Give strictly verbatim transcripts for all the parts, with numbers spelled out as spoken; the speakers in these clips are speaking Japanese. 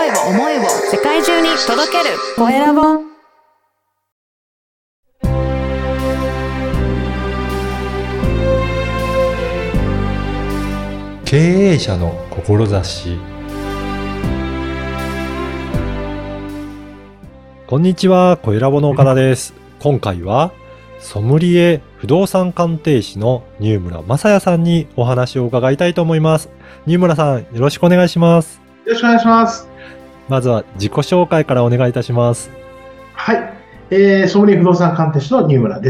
声を思いを世界中に届けるコエラボ。 経営者の志。こんにちは、コエラボの岡田です。今回はソムリエ不動産鑑定士の新村雅也さんにお話を伺いたいと思います。新村さん、よろしくお願いします。 よろしくお願いします。 まずは自己紹介からお願いいたします。 はい、えー、ソムリエ不動産鑑定士の新村です。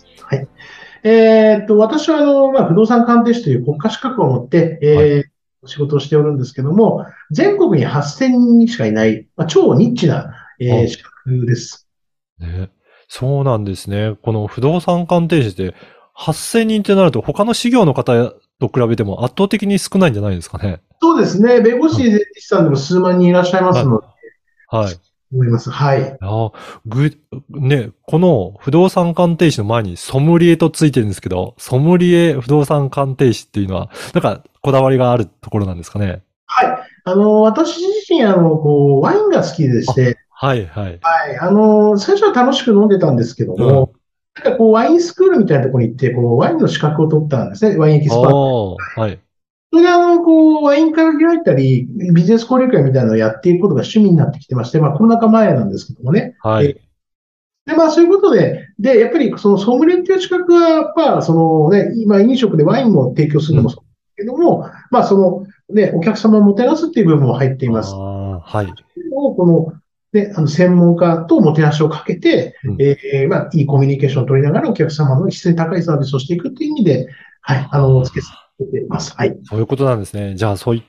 はい、えー、っと私はあの、まあ、不動産鑑定士という国家資格を持って、えーはい、仕事をしておるんですけども、全国にはっせんにんしかいない、まあ、超ニッチな、えー、資格です。 ね、そうなんですね。この不動産鑑定士ってはっせんにんってなると他の事業の方と比べても圧倒的に少ないんじゃないですかね。 そうですね。弁護士、税理士さんでも数万人いらっしゃいますので。 はい。はい、 思います。はい。 あぐ、ね、この不動産鑑定士の前にソムリエとついてるんですけど、ソムリエ不動産鑑定士っていうのは、なんかこだわりがあるところなんですかね。 はい。あの、私自身、あの、こう、ワインが好きでして、 はいはい。 はい。あの、最初は楽しく飲んでたんですけども、うん、なんかこう、ワインスクールみたいなところに行って、こう、ワインの資格を取ったんですね。ワインエキスパート。 はい。 それで、あの、こう、ワイン会を開いたり、ビジネス交流会みたいなのをやっていくことが趣味になってきてまして、まあ、コロナ禍前なんですけどもね。 はい。 で、まあ、そういうことで、で、やっぱり、その、ソムリエっていう資格は、やっぱ、そのね、今、飲食でワインも提供するのもそうですけども、うん、まあ、その、ね、お客様をもてなすっていう部分も入っています。 あはい。 この、で、あの、専門家ともてなしをかけて、うん、えー、まあ、いいコミュニケーションを取りながらお客様の質に高いサービスをしていくっていう意味で、はい、あの、つけさせています。はい。 そういうことなんですね。じゃあ、そういった、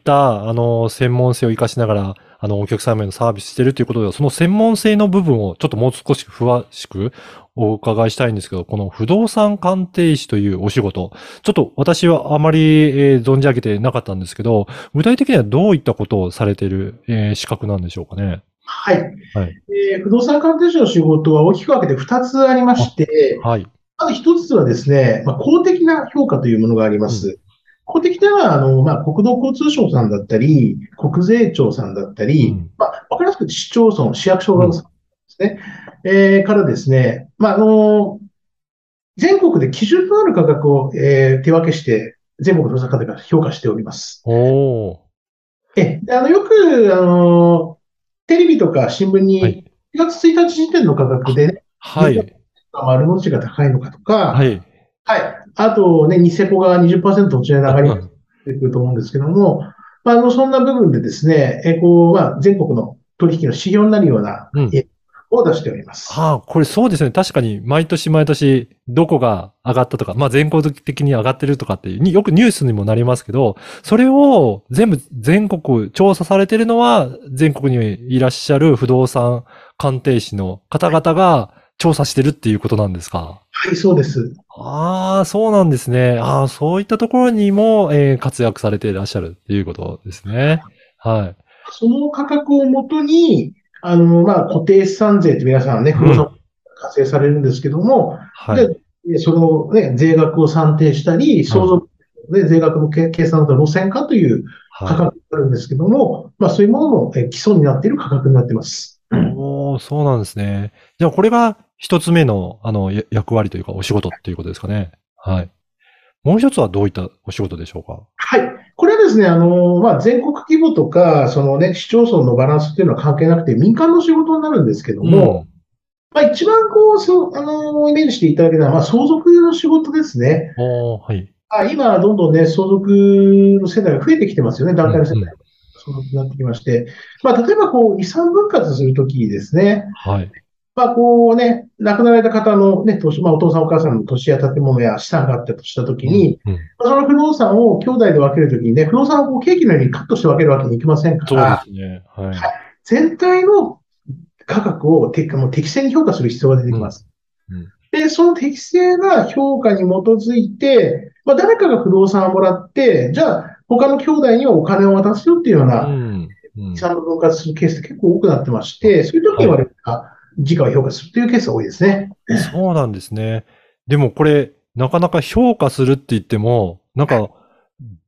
あの、専門性を活かしながら、あの、お客様へのサービスしてるということでは、その専門性の部分をちょっともう少し詳しくお伺いしたいんですけど、この不動産鑑定士というお仕事、ちょっと私はあまり、えー、存じ上げてなかったんですけど、具体的にはどういったことをされている、えー、資格なんでしょうかね。 はい。はい、えー、不動産鑑定士の仕事は大きく分けてふたつありまして、はい。まずひとつはですね、まあ、公的な評価というものがあります。うん、公的では、あの、まあ、国土交通省さんだったり、国税庁さんだったり、うん、まあ、わかりやすく市町村、市役所さんですね。うん、えー、からですね、まあ、あの、全国で基準となる価格を、えー、手分けして、全国の不動産鑑定が評価しております。 おー。 え、あの、よく、あの、テレビとか新聞に、しがつついたち時点の価格で、ね、 はい。 丸の内が高いのかとか、 はい。 はい。あとね、ニセコが にじゅっパーセント 途中で上がり出てくると思うんですけども、まあ、あの、そんな部分でですね、え、こう、まあ、全国の取引の指標になるような、うん、を出しております。 はあ、これそうですね。確かに毎年毎年どこが上がったとか、まあ全国的に上がってるとかっていう、よくニュースにもなりますけど、それを全部全国調査されてるのは、全国にいらっしゃる不動産鑑定士の方々が調査してるっていうことなんですか？ はい、そうです。 ああ、そうなんですね。ああ、そういったところにも、えー、活躍されていらっしゃるっていうことですね。はい。 その価格をもとに、あの、まあ、固定資産税って皆さんね、不動産課税されるんですけども、うん、はい。で、そのね、税額を算定したり、相続で税額の計算と路線化という価格になるんですけども、はい、まあ、そういうものの基礎になっている価格になっています。 おー、そうなんですね。じゃあ、これが一つ目の、あの、役割というか、お仕事っていうことですかね。はい。もう一つはどういったお仕事でしょうか？ はい。これはですね、あの、まあ、全国規模とか、そのね、市町村のバランスっていうのは関係なくて、民間の仕事になるんですけども、うん、まあ、一番こう、そう、あの、イメージしていただけたのは、まあ、相続の仕事ですね。 おー、はい。 あ、今、どんどんね、相続の世代が増えてきてますよね、団体の世代が。相続になってきまして。まあ、例えばこう、遺産分割するときですね。 はい。 まあ、こうね、亡くなられた方のね、まあ、お父さんお母さんの土地や建物や資産があったとしたときに、うんうん、まあ、その不動産を兄弟で分けるときにね、不動産をこうケーキのようにカットして分けるわけにいきませんから、 そうですね。はい。はい、 全体の価格を適もう適正に評価する必要が出てきます。うんうん、で、その適正な評価に基づいて、まあ、誰かが不動産をもらって、じゃあ、他の兄弟にはお金を渡すよっていうような、遺産の分割するケースって結構多くなってまして、そういう時に我々が時価を評価するというケースが多いですね。 そうなんですね。でもこれ、なかなか評価するって言っても、なんか、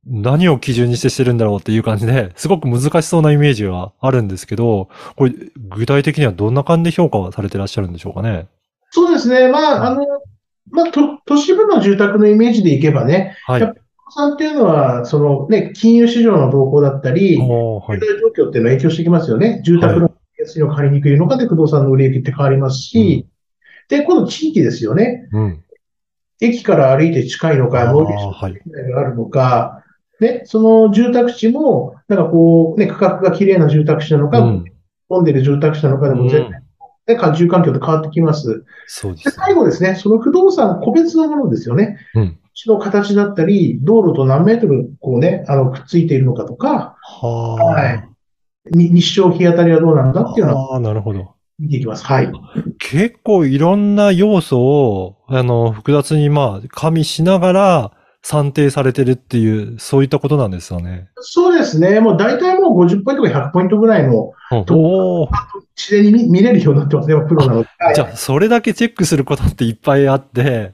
何を基準にしてしてるんだろうっていう感じで、すごく難しそうなイメージはあるんですけど、これ、具体的にはどんな感じで評価はされてらっしゃるんでしょうかね。 そうですね。まあ、あの、まあ、と、都市部の住宅のイメージでいけばね、 はい。 やっぱり不動産っていうのは、そのね、金融市場の動向だったり、 おー、はい。 経済状況っていうのは影響してきますよね。住はい。 宅の安いの借りにくいのかで不動産の売り上げって変わりますうん。 し、で、この地域ですよね。 うん。 駅から歩いて近いのあか、最寄りあ、はい。 駅があるのか、ね、その住宅地も、なんかこう、ね、区画が綺麗な住宅地なのか、 うん。 混んでる住宅地なのかでうも全ん。 然、ね、住環境って変わってきます。で、 そうですね。 最後ですね、その不動産個別のものですよね。 うん。 地の形だったり、道路と何メートル、こうね、あの、くっついているのかとか、ははい。に日照、日当たりはどうなんだあ。 っていうのははあ、なるほど。 見ていきます。はい。 結構いろんな要素を、あの、複雑にまあ、加味しながら算定されてるっていう、そういったことなんですよね。 そうですね。もう大体もうごじゅっポイントかひゃくポイントぐらいのとこおお。 自然に見見れるようになってますね、プロなので。はい。 じゃあ、それだけチェックすることっていっぱいあって、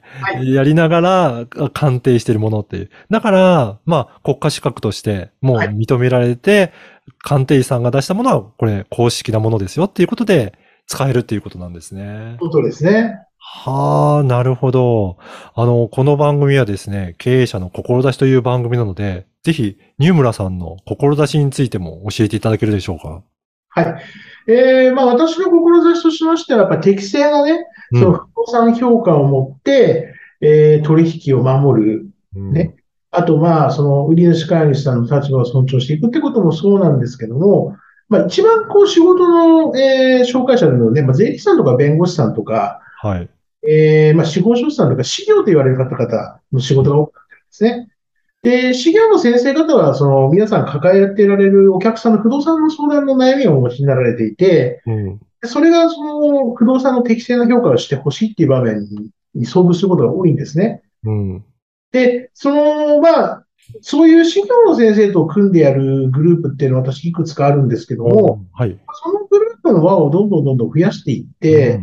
はい。 やりながらあ鑑定してるものっていう。だから、まあ、国家資格としてもうはい。 認められて、鑑定士さんが出したものは、これ、公式なものですよっていうことで使えるっていうことなんですね。 そうですね。 はあ、なるほど。あの、この番組はですね、経営者の志という番組なので、ぜひ、乳村さんの志についても教えていただけるでしょうか。 はい。えー、まあ私の志としましては、やっぱり適正なね、そのうん。 不動産評価を持って、えー、取引を守る。 うん。 ね。あと、まあ、その売り主買い主さんの立場を尊重していくってこともそうなんですけども、まあ一番こう仕事の、えー、紹介者なので、まあ税理士さんとか弁護士さんとか、 はい。 えー、まあ司法書士さんとか、事業と言われる方々の仕事が多くなってるんですね。で、資料の先生方は、その、皆さん抱えてられるお客さんの不動産の相談の悩みをお持ちになられていて、 うん。 それが、その、不動産の適正な評価をしてほしいっていう場面に遭遇することが多いんですね。 うん。 で、その、まあ、そういう資料の先生と組んでやるグループっていうのは私いくつかあるんですけどおー、 も、 はい。 そのグループの輪をどんどんどんどん増やしていって、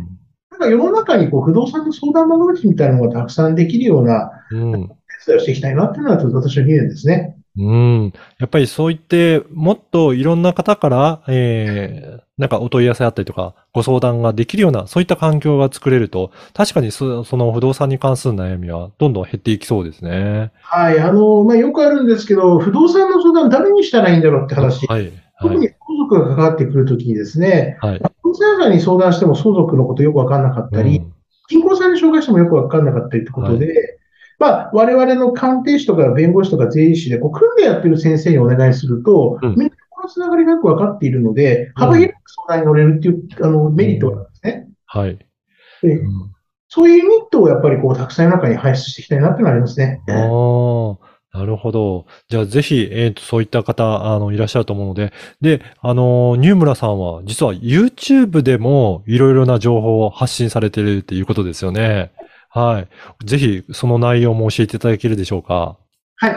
うん。 なんか世の中にこう不動産の相談窓口みたいなのがたくさんできるようなうん。 手伝いをしていきたいなっていうのは私の理念ですね。 うん。やっぱりそう言って、もっといろんな方から、えー、なんかお問い合わせあったりとか、ご相談ができるような、そういった環境が作れると、確かにそ、その不動産に関する悩みはどんどん減っていきそうですね。 はい。あの、まあ、よくあるんですけど、不動産の相談誰にしたらいいんだろうって話。 はい。はい。 特に相続がかかってくるときにですね、 はい。 不動産屋さんに相談しても相続のことよくわかんなかったり、 うん。 銀行さんに紹介してもよくわかんなかったりってこはい。 とで、まあ、我々の鑑定士とか弁護士とか税理士でこう組んでやってる先生にお願いすると、 うん。 みんなこのつながりがよくわかっているので、 うん。 幅広く相談に乗れるっていう、あの、メリットがあるんうん。 ですね。 はい。うで、 ん。 そういうユニットをやっぱりこう、たくさんの中に輩出していきたいなっていうのがありますね。 ああ、なるほど。じゃあぜひ、えっと、そういった方、あの、いらっしゃると思うので、で、あの、乳村さんは、実は YouTube でもいろいろな情報を発信されているっていうことですよね。はい。ぜひ、その内容も教えていただけるでしょうか。 はい。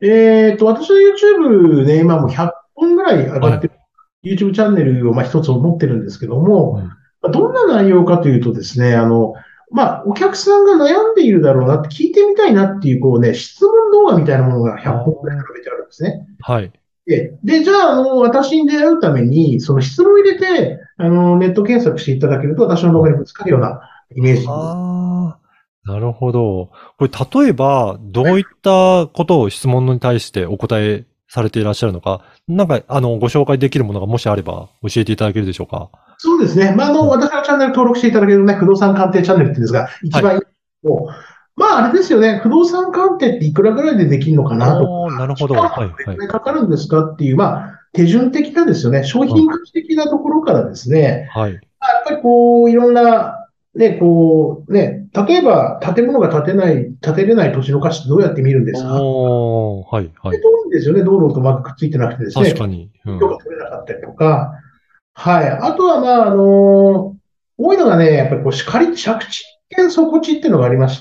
えっと、私の YouTube ね、今もうひゃっぽんぐらい上はい。 がってる YouTube チャンネルをまあ一つ持ってるんですけども、 うん。 まあどんな内容かというとですね、あの、まあ、お客さんが悩んでいるだろうなって聞いてみたいなっていう、こうね、質問動画みたいなものがあひゃっぽんぐらいあ、 並べてあるんですね。 はい。 で、で、じゃあ、あの、私に出会うために、その質問を入れて、あの、ネット検索していただけると、私の動画にぶつかるようなイメージ。 はあ、なるほど。これ、例えば、どういったことを質問に対してお答えされていらっしゃるのか、なんか、あの、ご紹介できるものがもしあれば教えていただけるでしょうか。 そうですね。まあ、あの、 うん。 私のチャンネル登録していただけるね、不動産鑑定チャンネルっていうんですが、一はい。 番いいのまあ、あれですよね。不動産鑑定っていくらぐらいでできるのかなとか、 おー、なるほど。 期間ははい、はい。 どれくらいかかるんですかっていう、まあ、手順的なですよね。商うん。 品価値的なところからですね、 はい。 まあやっぱりこう、いろんな、ね、こう、ね、例えば建物が建てない、建てれない土地の価値ってどうやって見るんですかおー、はい、はで、 い。 遠いんですよね。道路とまくくっついてなくてですね、 確かに。うん。 許可取れなかったりとか、はい。あとは、まあ、あの多いのがね、やっぱりこう、借り、借地権底地っていうのがありまして、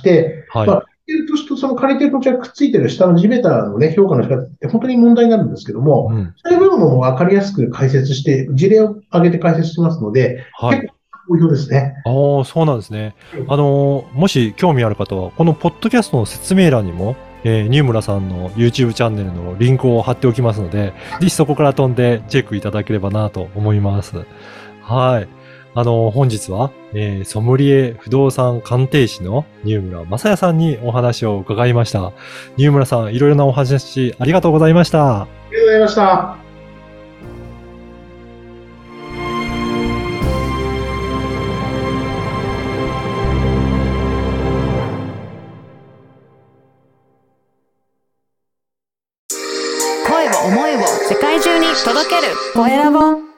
はい。 まあ、借りてる土地とその借りてる土地がくっついてる下の地べたのね、評価の仕方って本当に問題になるんですけども、 うん。 そういう部分も分かりやすく解説して、事例を挙げて解説してますので、 はい。 結構好評ですね。 ああ、そうなんですね。あのーもし興味ある方は、このポッドキャストの説明欄にも、 えー、ニュームラさんの YouTube チャンネルのリンクを貼っておきますので、ぜひそこから飛んでチェックいただければなと思います。はい。あの、本日は、えー、ソムリエ不動産鑑定士のニュームラ正也さんにお話を伺いました。ニュームラさん、いろいろなお話ありがとうございました。 ありがとうございました。 声を思いを世界中に届けるコエラボ。